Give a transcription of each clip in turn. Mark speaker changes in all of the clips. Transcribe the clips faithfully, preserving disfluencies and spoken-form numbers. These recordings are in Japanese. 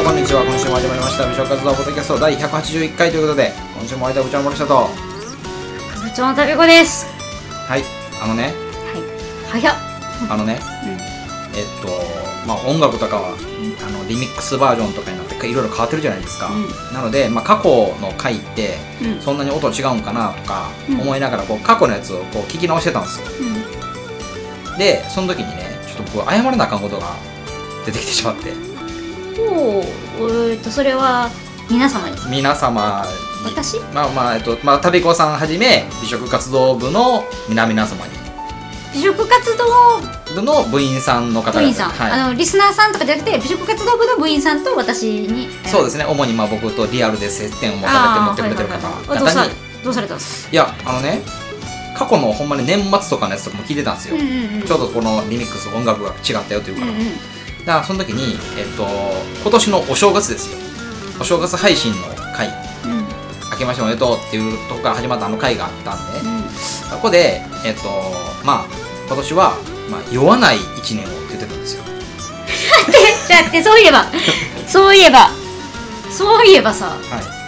Speaker 1: こんにちは。今週も始まりました美食活動ポッドキャストだいひゃくはちじゅういっかいということで、今週も相手は部長の森下と
Speaker 2: 部長のたべこです。
Speaker 1: はい、あのね
Speaker 2: はい早っ
Speaker 1: あのね、うん、えっとまあ音楽とかはあのリミックスバージョンとかになっていろいろ変わってるじゃないですか、うん、なので、まあ、過去の回ってそんなに音違うんかなとか思いながらこう過去のやつをこう聞き直してたんですよ、うん、でその時にねちょっと僕謝らなあかんことが出てきてしまって、
Speaker 2: おー、えー、とそれは皆様に
Speaker 1: 皆様に
Speaker 2: 私
Speaker 1: まあまあえっとまあたべこさんはじめ美食活動部の皆々様に
Speaker 2: 美食活動
Speaker 1: 部の部員さんの方々、
Speaker 2: 部員さん、はい、あのリスナーさんとかじゃなくて美食活動部の部員さんと私に
Speaker 1: そうですね、主にまあ僕とリアルで接点を持たれて持ってくれてる方々に
Speaker 2: どうされたんですか？
Speaker 1: いやあのね過去のほんまに年末とかのやつとかも聞いてたんですよ、うんうんうん、ちょうどこのリミックス音楽が違ったよというから、うんうん、だからその時に、えっと、今年のお正月ですよ、お正月配信の回、うん、明けましておめでとうっていうとこから始まったあの回があったんで、うん、そこでえっとまあ今年は、まあ、酔わないいちねんをって言ってたんですよ
Speaker 2: だってそういえばそういえばそういえばさ、はい、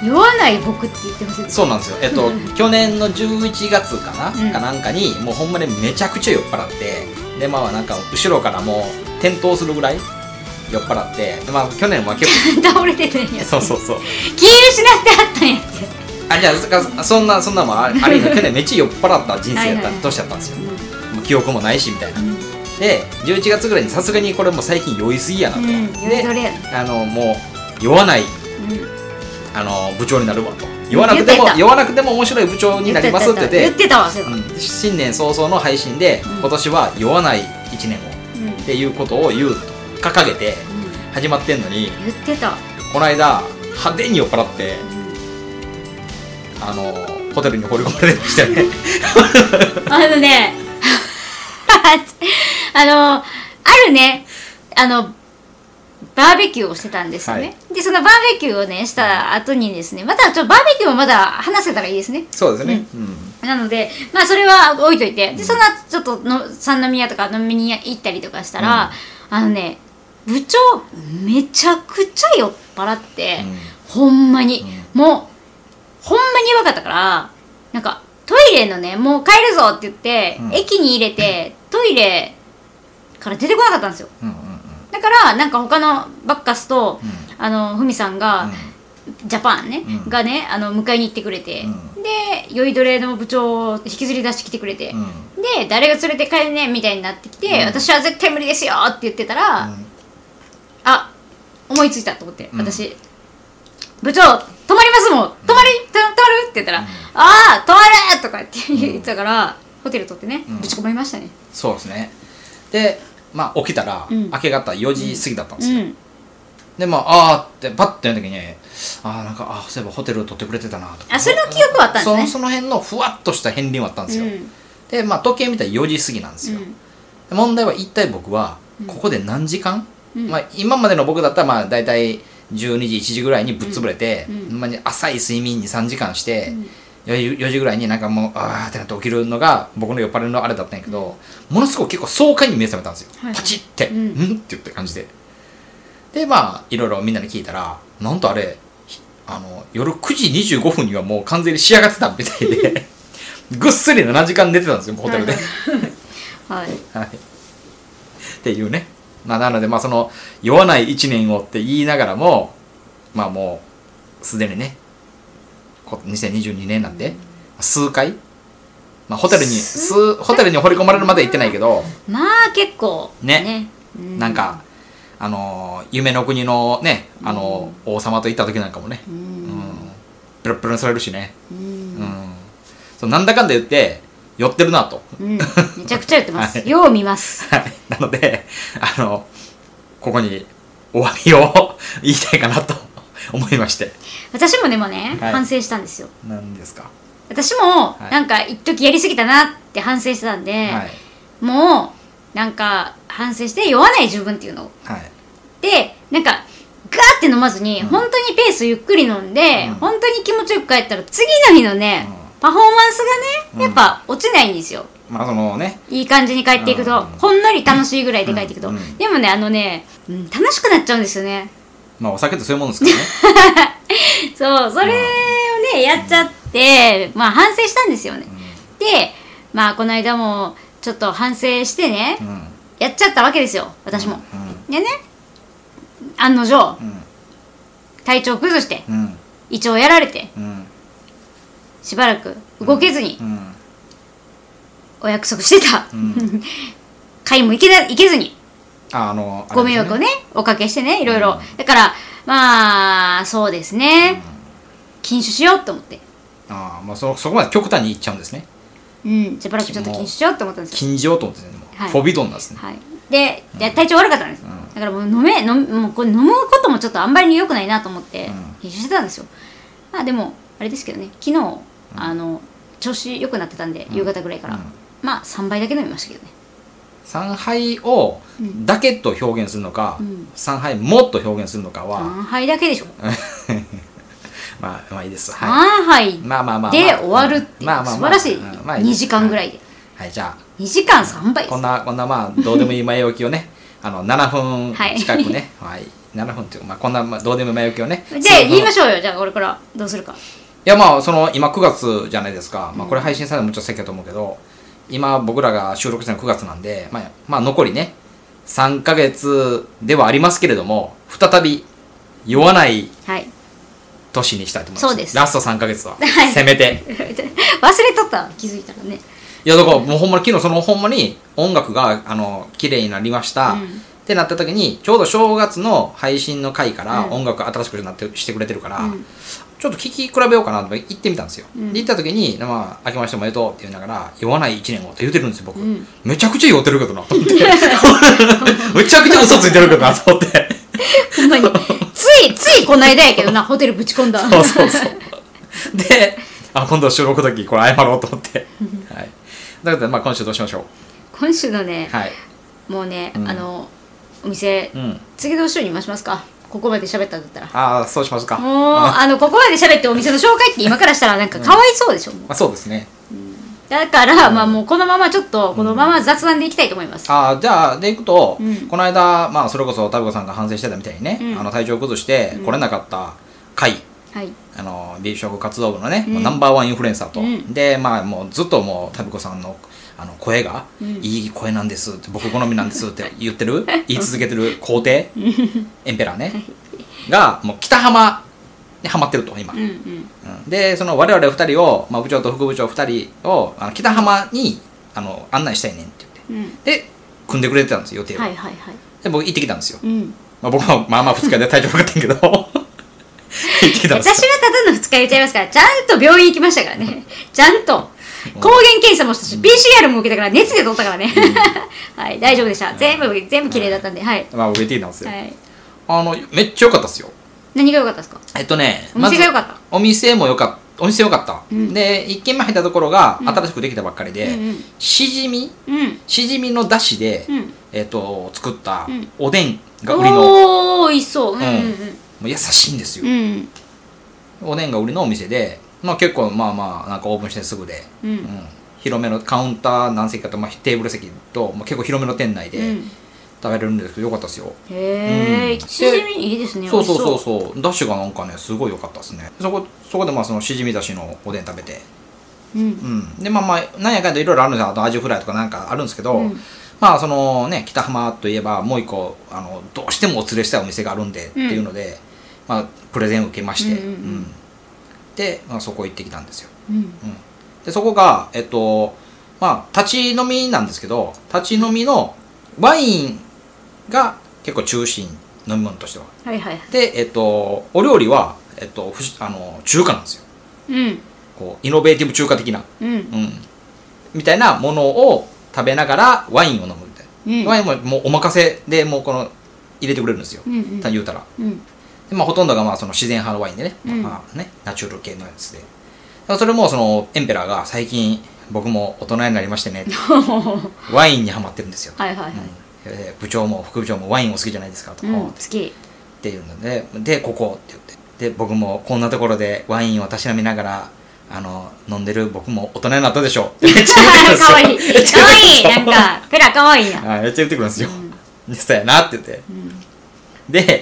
Speaker 2: 酔わない僕って言ってませんでした？
Speaker 1: そうなんですよ、えっと、去年のじゅういちがつかな、うん、かなんかにもうほんまにめちゃくちゃ酔っ払ってでまあなんか後ろからもう転倒するぐらい酔っ払ってで、まあ、去年は結構
Speaker 2: 倒れてたんや
Speaker 1: そうそうそう
Speaker 2: 気失ってあったんやって
Speaker 1: あじゃあそんなそんなもんあれあれ去年めっちゃ酔っ払った人生やった年だったんですよ、もう記憶もないしみたいな、うん、でじゅういちがつぐらいにさすがにこれもう最近酔いすぎやなと、うん、であのもう酔わない、うん、あの部長になるわと酔わなくても酔わなくても面白い部長になりますって言って
Speaker 2: 言ってたわ、うん、
Speaker 1: 新年早々の配信で、うん、今年は酔わないいちねんを、うん、っていうことを言うと掲げて始まってんのに、
Speaker 2: 言ってた
Speaker 1: この間派手に酔っ払って、うん、あのホテルに放り込まれてましたよね
Speaker 2: あのねあのあるねあのバーベキューをしてたんですよね、はい、でそのバーベキューをねした後にですねまたちょっとバーベキューをまだ話せたらいいですね。
Speaker 1: そうですね、うん
Speaker 2: うん、なのでまあそれは置いといてでその後ちょっとの三宮とか飲みに行ったりとかしたら、うん、あのね部長めちゃくちゃ酔っ払って、うん、ほんまに、うん、もうほんまにやばかったからなんかトイレのねもう帰るぞって言って、うん、駅に入れてトイレから出てこなかったんですよ、うんうんうん、だからなんか他のバッカスと、うん、あのふみさんが、うん、ジャパンね、うん、がねあの迎えに行ってくれて、うん、で酔いどれの部長を引きずり出してきてくれて、うん、で誰が連れて帰るねみたいになってきて、うん、私は絶対無理ですよって言ってたら、うん、あ思いついたと思って、うん、私部長止まりますもん止まり止まるって言ったら、うん、ああ止まるとかって言ってたから、うん、ホテル取ってね、うん、ぶち込まれましたね。
Speaker 1: そうですね。でまあ起きたら、うん、明け方よじ過ぎだったんですよ、うん、でまああーってパッてやる時にあーなんかあそういえばホテル取ってくれてたなとか
Speaker 2: あそれの記憶はあったんですね。
Speaker 1: その、その辺のふわっとした片鱗はあったんですよ、うん、でまあ時計見たらよじ過ぎなんですよ、うん、問題は一体僕はここで何時間、うんまあ、今までの僕だったらまあ大体じゅうにじいちじぐらいにぶっ潰れて、うんまあ、浅い睡眠にさんじかんして、うんよじぐらいになんかもうあーってなって起きるのが僕の酔っ払いのあれだったんやけど、ものすごく結構爽快に目覚めたんですよ、はいはい、パチッて、うん、んって言って感じででまあいろいろみんなに聞いたらなんとあれあの夜くじにじゅうごふんにはもう完全に仕上がってたみたいでぐっすりななじかん寝てたんですよホテルで
Speaker 2: はい、
Speaker 1: はい、っていうね、まあ、なのでまあその酔わないいちねんをって言いながらもまあもうすでにねにせんにじゅうにねんなんで数回、まあ、ホテルに数ホテルに掘り込まれるまでは行ってないけど
Speaker 2: まあ結構
Speaker 1: ね、ねうん、なんかあの夢の国のねあの、うん、王様と行った時なんかもね、うんうん、プルプルにされるしね、うんうん、そうなんだかんだ言って酔ってるなと、
Speaker 2: うん、めちゃくちゃ酔ってます、はい、よう見ます、
Speaker 1: はい、なのであのここにお詫びを言いたいかなと思いまして
Speaker 2: 私もでもね、はい、反省したんですよ。
Speaker 1: 何ですか？
Speaker 2: 私も、はい、なんか一時やりすぎたなって反省してたんで、はい、もうなんか反省して酔わない自分っていうのを、はい、でなんかガーって飲まずに、うん、本当にペースゆっくり飲んで、うん、本当に気持ちよく帰ったら次の日のね、うん、パフォーマンスがねやっぱ落ちないんですよ、
Speaker 1: うん、まあそのね
Speaker 2: いい感じに帰っていくと、うん、ほんのり楽しいぐらいで帰っていくと、うんうん、でもねあのね、うん、楽しくなっちゃうんですよね。
Speaker 1: まあお酒ってそういうもんですからね
Speaker 2: そうそれをねやっちゃって、まあ反省したんですよね、うん、でまあこの間もちょっと反省してね、うん、やっちゃったわけですよ私も、うんうん、でね案の定、うん、体調崩して、うん、胃腸やられて、うん、しばらく動けずに、うんうん、お約束してた、うん、会も行けな行けずに
Speaker 1: ああの
Speaker 2: ご迷惑をねおかけしてねいろいろ、うん、だからまあそうですね、うん、禁酒しようと思って
Speaker 1: ああ、まあ、そ, そこまで極端にいっちゃうんですね
Speaker 2: うんしばらくちょっと禁酒しようと思ったんですよ
Speaker 1: 禁じようと思ってねもう、はい、フォビドンなんですね、
Speaker 2: はい、で、うん、体調悪かったんです、うん、だからもう飲め飲もうこれ飲むこともちょっとあんまり良くないなと思って禁酒してたんですよ、まあでもあれですけどね昨日、うん、あの調子良くなってたんで、うん、夕方ぐらいから、うん、まあさんばいだけ飲みましたけどね
Speaker 1: さんはいをだけと表現するのか、うん、さんはいもっと表現するのかはさ
Speaker 2: んはいだけでしょ
Speaker 1: まあまあいいです、
Speaker 2: はい、さんはいで終わるっていう素晴らしいにじかんぐらいで、
Speaker 1: はい、はい、じゃあ
Speaker 2: にじかんさんばい
Speaker 1: こんなこんなまあどうでもいい前置きをねあのななふん近くね、はい、はい、ななふんっていうまあこんな、まあ、どうでもいい前置きをね
Speaker 2: じゃあ言いましょうよじゃあこれからどうするかい
Speaker 1: やまあその今くがつじゃないですか、まあ、これ配信されるのもちょっと先だと思うけど、今僕らが収録したのくがつなんで、まあ、まあ残りねさんかげつではありますけれども再び酔わない年にしたいと思います、はい、そうですラストさんかげつは、はい、せめて
Speaker 2: 忘れとった気づいたらね
Speaker 1: いやだからもうほんまに昨日そのほんまに音楽があの綺麗になりました、うん、ってなった時にちょうど正月の配信の回から音楽新しくなってしてくれてるから、うん、ちょっと聴き比べようかなと行ってみたんですよ、うん、で行った時に、まあ、明けましておめでとうって言いながら酔わないいちねんをって言ってるんですよ僕、うん、めちゃくちゃ酔ってるけどなと思ってめちゃくちゃ嘘ついてるけどなと思って
Speaker 2: ほんまについついこの間やけどなホテルぶち込んだ
Speaker 1: そうそうそうであ今度収録時これ謝ろうと思って、はい、だからまあ今週どうしましょう
Speaker 2: 今週のね、
Speaker 1: はい、
Speaker 2: もうね、うん、あのお店、うん、次の週に回しますかここまで喋ったんだったら
Speaker 1: ああそうしますか
Speaker 2: もうあのここまで喋ってお店の紹介って今からしたらなんかかわいそうでしょ、うん、
Speaker 1: あそうですね、
Speaker 2: うん、だから、うん、まあもうこのままちょっとこのまま雑談でいきたいと思います、
Speaker 1: うん、あじゃあでいくと、うん、この間、まあ、それこそタブコさんが反省してたみたいにね、うん、あの体調崩して来れなかった回、はい、あのビーフ食活動部のね、うん、ナンバーワンインフルエンサーと、うん、でまあもうずっともうタブコさんのあの声が、うん、いい声なんですって僕好みなんですって言ってる言い続けてる皇帝エンペラーねがもう北浜にハマってると今、うんうんうん、でその我々ふたりを、まあ、部長と副部長ふたりをあの北浜にあの案内したいねんって言って、うん、で組んでくれてたんですよ予定を、はいはいはい、で僕行ってきたんですよ、うんまあ、僕はまあまあふつかで体調悪かったんやけど行ってきたんです
Speaker 2: 私はただのふつか言っちゃいますからちゃんと病院行きましたからねちゃんと抗原検査もしたし、うん、ピーシーアール も受けたから熱で取ったからね、うん、はい大丈夫でした、うん、全部全部綺麗だったんで、はい
Speaker 1: まあ受けていたんですよ、はい、あのめっちゃ良かったですよ
Speaker 2: 何が良かったですか
Speaker 1: えっとね
Speaker 2: お店が良かった、ま、
Speaker 1: お店も良かったお店良かった、うん、でいっけんめ入ったところが新しくできたばっかりで、うん、しじみ、うん、しじみのだしで、うん、えっと作ったおでんが売りの
Speaker 2: おー美味しそう、うんうんうん、も
Speaker 1: う優しいんですよ、うん、おでんが売りのお店でまあ、結構まあまあなんかオープンしてすぐで、うんうん、広めのカウンター何席かと、まあ、テーブル席と、まあ、結構広めの店内で食べれるんですけどよかったですよ
Speaker 2: へえ、うん、しじみいいですね
Speaker 1: そうそうそうそうだしがなんかねすごい良かったですねそこそこでまあそのしじみだしのおでん食べてうん、うん、でまあまあなんやかんやいろいろあるんですよあとアジフライとかなんかあるんですけど、うん、まあそのね北浜といえばもう一個あのどうしてもお連れしたいお店があるんで、うん、っていうので、まあ、プレゼンを受けまして、うんうんうんで、まあ、そこ行ってきたんですよ、うんうん、でそこがえっとまあ立ち飲みなんですけど立ち飲みのワインが結構中心飲み物としては、はいはいはい、でえっとお料理は、えっと、ふしあの中華なんですよ、うん、こうイノベーティブ中華的な、うんうん、みたいなものを食べながらワインを飲むみたいな、うん、ワインももうお任せでもうこの入れてくれるんですよ、うんうん、言うたら、うんでまあ、ほとんどがまあその自然派のワインでね、うんまあ、ねナチュラル系のやつでそれもそのエンペラーが最近僕も大人になりましてねワインにハマってるんですよはいはい、はいうん、部長も副部長もワインお好きじゃないですかと、うん、好
Speaker 2: き
Speaker 1: っていうのででここって言ってで僕もこんなところでワインをたしなみながらあの飲んでる僕も大人になったでしょめっちゃ言ってくるんですよかわいい
Speaker 2: かわいいなんかペラかわいいな
Speaker 1: めっちゃ言ってくるんですよ、うん、そうやなって言って、うん、で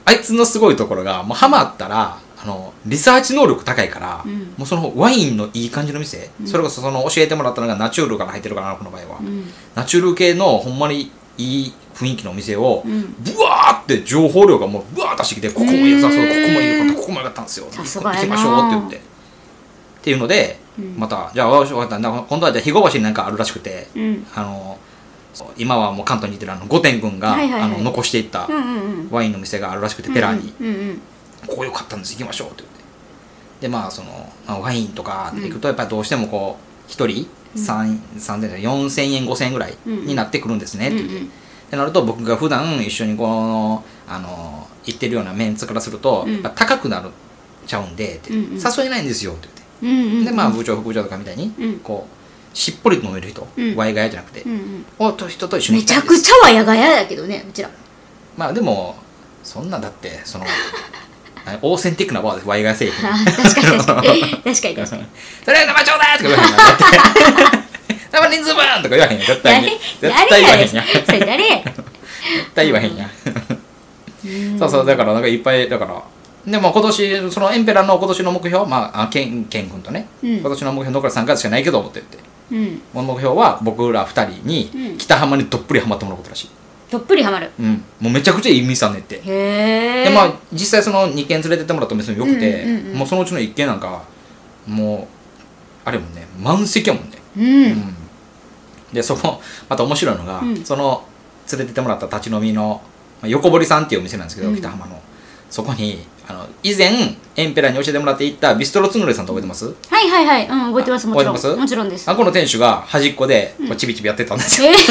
Speaker 1: あいつのすごいところがもうハマったらあのリサーチ能力高いから、うん、もうそのワインのいい感じの店、うん、それこそその教えてもらったのがナチュールから入ってるからなこの場合は、うん、ナチュール系のほんまにいい雰囲気のお店を、うん、ブワーって情報量がもうブワーッとしてきて、ここも良さそう、ここも良かった、ここも良かったんですよ、行きましょうって言ってっていうので、うん、またじゃあ分かった、今度はじゃあ肥後橋になんかあるらしくて、うん、あの今はもう関東にいてるあの御殿軍が、はいはいはい、あの残していったワインの店があるらしくて、うんうん、ペラーに、うんうん、ここ良かったんです行きましょうって言ってでまあその、まあ、ワインとかっていくとやっぱりどうしてもこうひとりさんぜんえんよんせんえんごせんえんぐらいになってくるんですねって言って、うんうん、ってなると僕が普段一緒にこのあの行ってるようなメンツからすると、うん、やっぱ高くなっちゃうんでって、うんうん、誘えないんですよって言って、うんうんうん、でまあ部長副部長とかみたいに、うん、こうしっぽりと飲める人、うん、ワイガヤじゃなくて、うんうん、おと人と一緒に
Speaker 2: めちゃくちゃワイガヤだけどねうちら
Speaker 1: まあでもそんなだってそのオーセンティックなバーでワイガヤ製品
Speaker 2: 確かに確かに確かに確かに
Speaker 1: それは生ちょうだいとか言わへんやん生人数分とか言わへんやん絶対に絶対言わへんやん
Speaker 2: それ誰
Speaker 1: 絶対言わへんやんそうそうだからなんかいっぱいだからでも今年そのエンペラーの今年の目標まあケンケン君とね、うん、今年の目標残りさんかげつしかないけど思ってって、うん、この目標は僕らふたりに北浜にどっぷりハマってもらうことらしい
Speaker 2: どっぷりハマる、
Speaker 1: うん、もうめちゃくちゃいい店さんねって
Speaker 2: へ
Speaker 1: でまあ実際そのにけん連れてってもらった店もよくて、うんうんうん、もうそのうちのいっけんなんかもうあれもんね満席やもんね、うんうん、でそこまた面白いのが、うん、その連れてってもらった立ち飲みの、まあ、横堀さんっていうお店なんですけど、うん、北浜のそこにあの以前エンペラーに教えてもらって行ったビストロつのりさんって覚えてます？
Speaker 2: はいはいはい、うん、覚えてますもちろん覚えてますもちろんです
Speaker 1: あこの店主が端っこでこうちびちびやってたんですよ、うん、え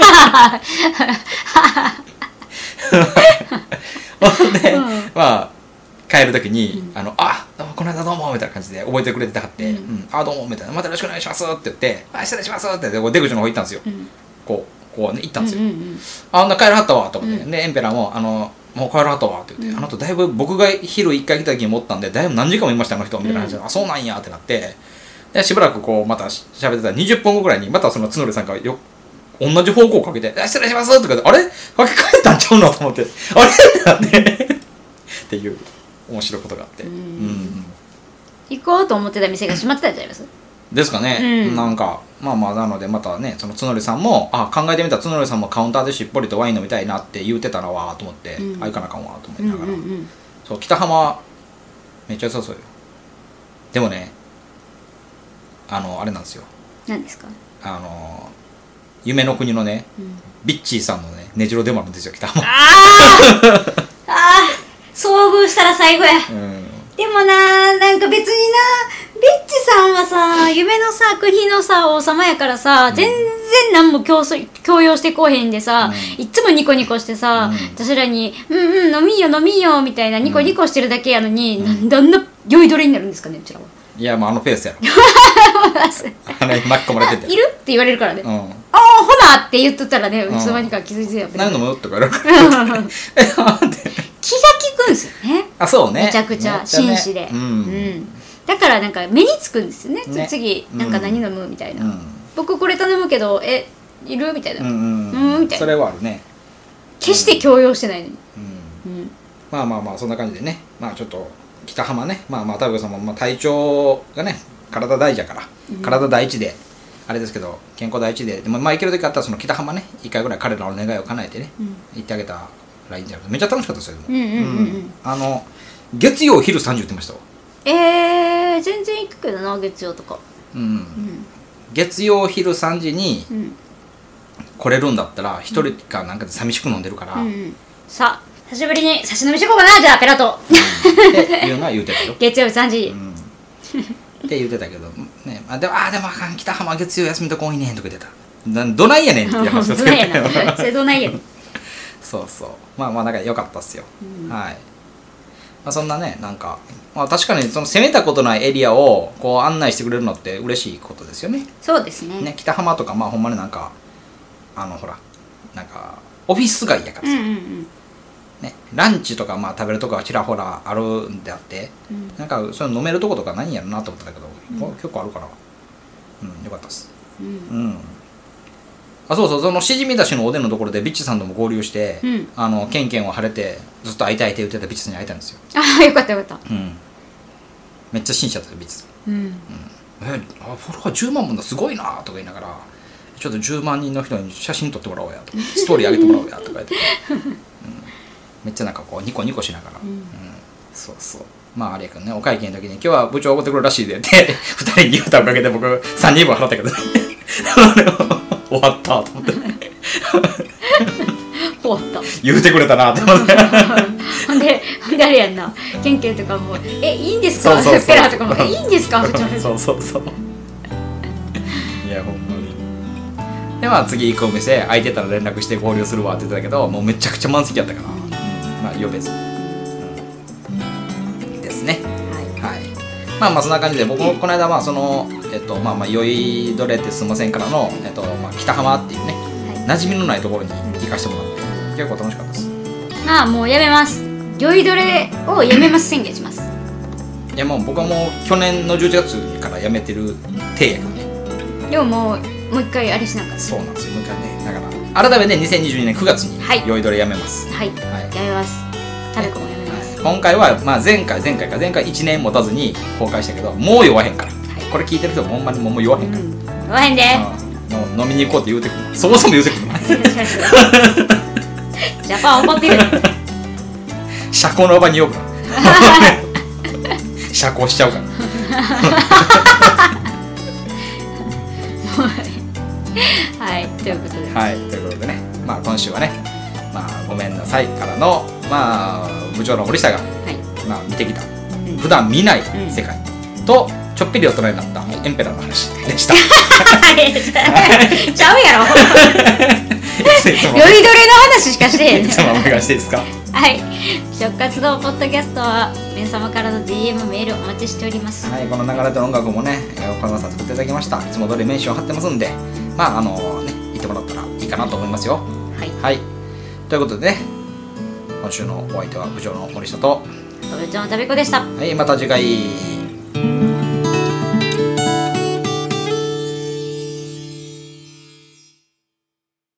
Speaker 1: ほんで、うん、まあ帰る時に、うん、あのあこの間どうもみたいな感じで覚えてくれてはって、うんうん、あどうもみたいなまたよろしくお願いしますって言ってあ失礼しますって出口の方行ったんですよ、うん、こうこうね行ったんですよ、うんうんうん、あんな帰らはったわと思って、うん、でエンペラーもあのもう帰らはったわって言って、うん、あの人だいぶ僕が昼一回来た時に持ったんでだいぶ何時間もいましたあの人みたいな話で、うん、あそうなんやってなってでしばらくこうまた喋ってたらにじゅっぷんごぐらいにまたそのつのりさんがよ同じ方向をかけて失礼しますとかであれかけ替えたんちゃうのと思ってあれってなってっていう面白いことがあって、うんうん、
Speaker 2: 行こうと思ってた店が閉まってたんちゃいます
Speaker 1: ですかね、うん、なんかまあまあなのでまたねそのつのりさんもあ考えてみたらつのりさんもカウンターでしっぽりとワイン飲みたいなって言うてたのはと思って、うん、あいかなあかんわと思いながら、うんうんうん、そう北浜めっちゃ良さそうよでもねあのあれなんですよ
Speaker 2: 何ですか
Speaker 1: あの夢の国のね、うん、ビッチーさんのね根城でもあるんですよ北浜
Speaker 2: ああ遭遇したら最後や、うんでもななんか別になビッチさんはさ夢のさ国のさ王様やからさ、うん、全然何も強強要してこうへんでさ、うん、いつもニコニコしてさ、うん、私らに「うんうん飲みよ飲みよ」みたいなニコニコしてるだけやのに、うん、なんであんな酔いどれになるんですかねうちらは。
Speaker 1: いやもうあのペースやろあれ巻き込まれてて
Speaker 2: いるって言われるからね、うん、ああほなって言っとったらねいつの間にか気づいてたよね
Speaker 1: 何飲むとか言われるから
Speaker 2: 気が利くんですよね
Speaker 1: あそうね
Speaker 2: めちゃくちゃ真摯で、ねうんうん、だからなんか目につくんですよ ね, ね次なんか何飲むみたいな、うん、僕これ頼むけどえいるみたいなうん、うん、みたいな
Speaker 1: それはあるね
Speaker 2: 決して強要してないのに、
Speaker 1: うんうん、まあまあまあそんな感じでねまあちょっと北浜ねまあまあ田辺さんもまあ体調がね体大事やから、うん、体第一であれですけど健康第一ででもまあ行ける時あったらその北浜ね一回ぐらい彼らの願いを叶えてね、うん、行ってあげたらいいんじゃないめっちゃ楽しかったですよでも、うんうんうんうん、あの月曜昼さんじ言ってましたわ
Speaker 2: えー、全然行くけどな月曜とか、うんうん、
Speaker 1: 月曜昼さんじに来れるんだったら一人かなんかで寂しく飲んでるから、うんうん、
Speaker 2: さあ久しぶりに差し飲みしてこうかなじゃあペラと、
Speaker 1: うん、っていうのは言うてたよ
Speaker 2: 月曜日さんじ、
Speaker 1: うんって言ってたけど、ね、あでもあでもあかん北浜月曜休みとこんいねんとか言ってたどないやねんっていう話を
Speaker 2: 作ってたそれどないやねん
Speaker 1: そうそうまあまあなんか良かったっすよ、うん、はい、まあ、そんなねなんか、まあ、確かにその攻めたことないエリアをこう案内してくれるのって嬉しいことですよね
Speaker 2: そうですね
Speaker 1: ね北浜とかまあほんまになんかあのほらなんかオフィス街やからさ、うんうんうんね、ランチとかまあ食べるとこはちらほらあるんであって、うん、なんかその飲めるとことか何やろなと思ってたけど、うん、結構あるから、うん、よかったです、うんうん、 あそうそうそのしじみだしのおでんのところでビッチさんとも合流して、
Speaker 2: うん、
Speaker 1: あのケンケンを晴れてずっと会いたいって言ってたビッチさんに会えたんですよ。
Speaker 2: ああよかったよかった、
Speaker 1: うん、めっちゃ親切だったよビッチさん、
Speaker 2: うんうん、
Speaker 1: えあフォロワーじゅうまんもんだすごいなとか言いながらちょっとじゅうまん人の人に写真撮ってもらおうやとかストーリー上げてもらおうやとか言って、うん、めっちゃなんかこうニコニコしながら、うんうん、そうそうまああれやけどねお会計の時に今日は部長おごってくるらしいでってふたりに歌をかけて僕さんにんぶん払ったけどね終わったと思って
Speaker 2: 終わった
Speaker 1: 言うてくれたなって思って
Speaker 2: ほんでほんであれやんなケンケンとかもえいいんですか
Speaker 1: そうそうそう
Speaker 2: スペラーとかもえいいんですか
Speaker 1: そうそうそういやほんまにでまあ次行くお店空いてたら連絡して合流するわって言ってたけどもうめちゃくちゃ満席やったから、うん、まあ呼べず、うん、ですねはい、はい、まあまあそんな感じで僕もこの間まあそのえっとまあまあ酔いどれてすんませんからのえっとまあ北浜っていうね、はい、馴染みのないところに行かせてもらって結構楽しかったです。
Speaker 2: ああもうやめます酔いどれをやめます宣言します
Speaker 1: いやもう僕はもう去年のじゅういちがつからやめてる体やけどね
Speaker 2: でももうもう一回あれしなかった
Speaker 1: そうなんですよもう一回ねだから改めてにせんにじゅうにねんくがつに酔いどれやめます
Speaker 2: はい、はいはい、やめますタベコもやめます、
Speaker 1: はい、今回は、まあ、前回前回か前回いちねん持たずに公開したけどもう酔わへんから、はい、これ聞いてる人もほんまにもう酔わへんから、うん、
Speaker 2: 酔わへんで
Speaker 1: もう飲みに行こうって言うてくるそもそも言うてくる
Speaker 2: ジャパン怒ってる
Speaker 1: 社交の場に呼ぶな社交しちゃうから
Speaker 2: はいということで
Speaker 1: はいということでねまあ今週はねまあごめんなさいからのまあ部長の森下が、はいまあ、見てきた、うん、普段見ない世界、うん、とちょっぴり大人になったエンペラーの話でした
Speaker 2: ちゃうやろ酔いどれの話しかしてへん
Speaker 1: いつもお願いしていいですか
Speaker 2: はい食活動ポッドキャストは皆様からの ディーエム メールお待ちしております
Speaker 1: はいこの流れと音楽もね岡村さん作っていただきましたいつも通りメンション貼ってますんでまああのね言ってもらったらいいかなと思いますよはい、はい、ということでね今週のお相手は部長の森下と
Speaker 2: 部長のたべこでした
Speaker 1: はいまた次回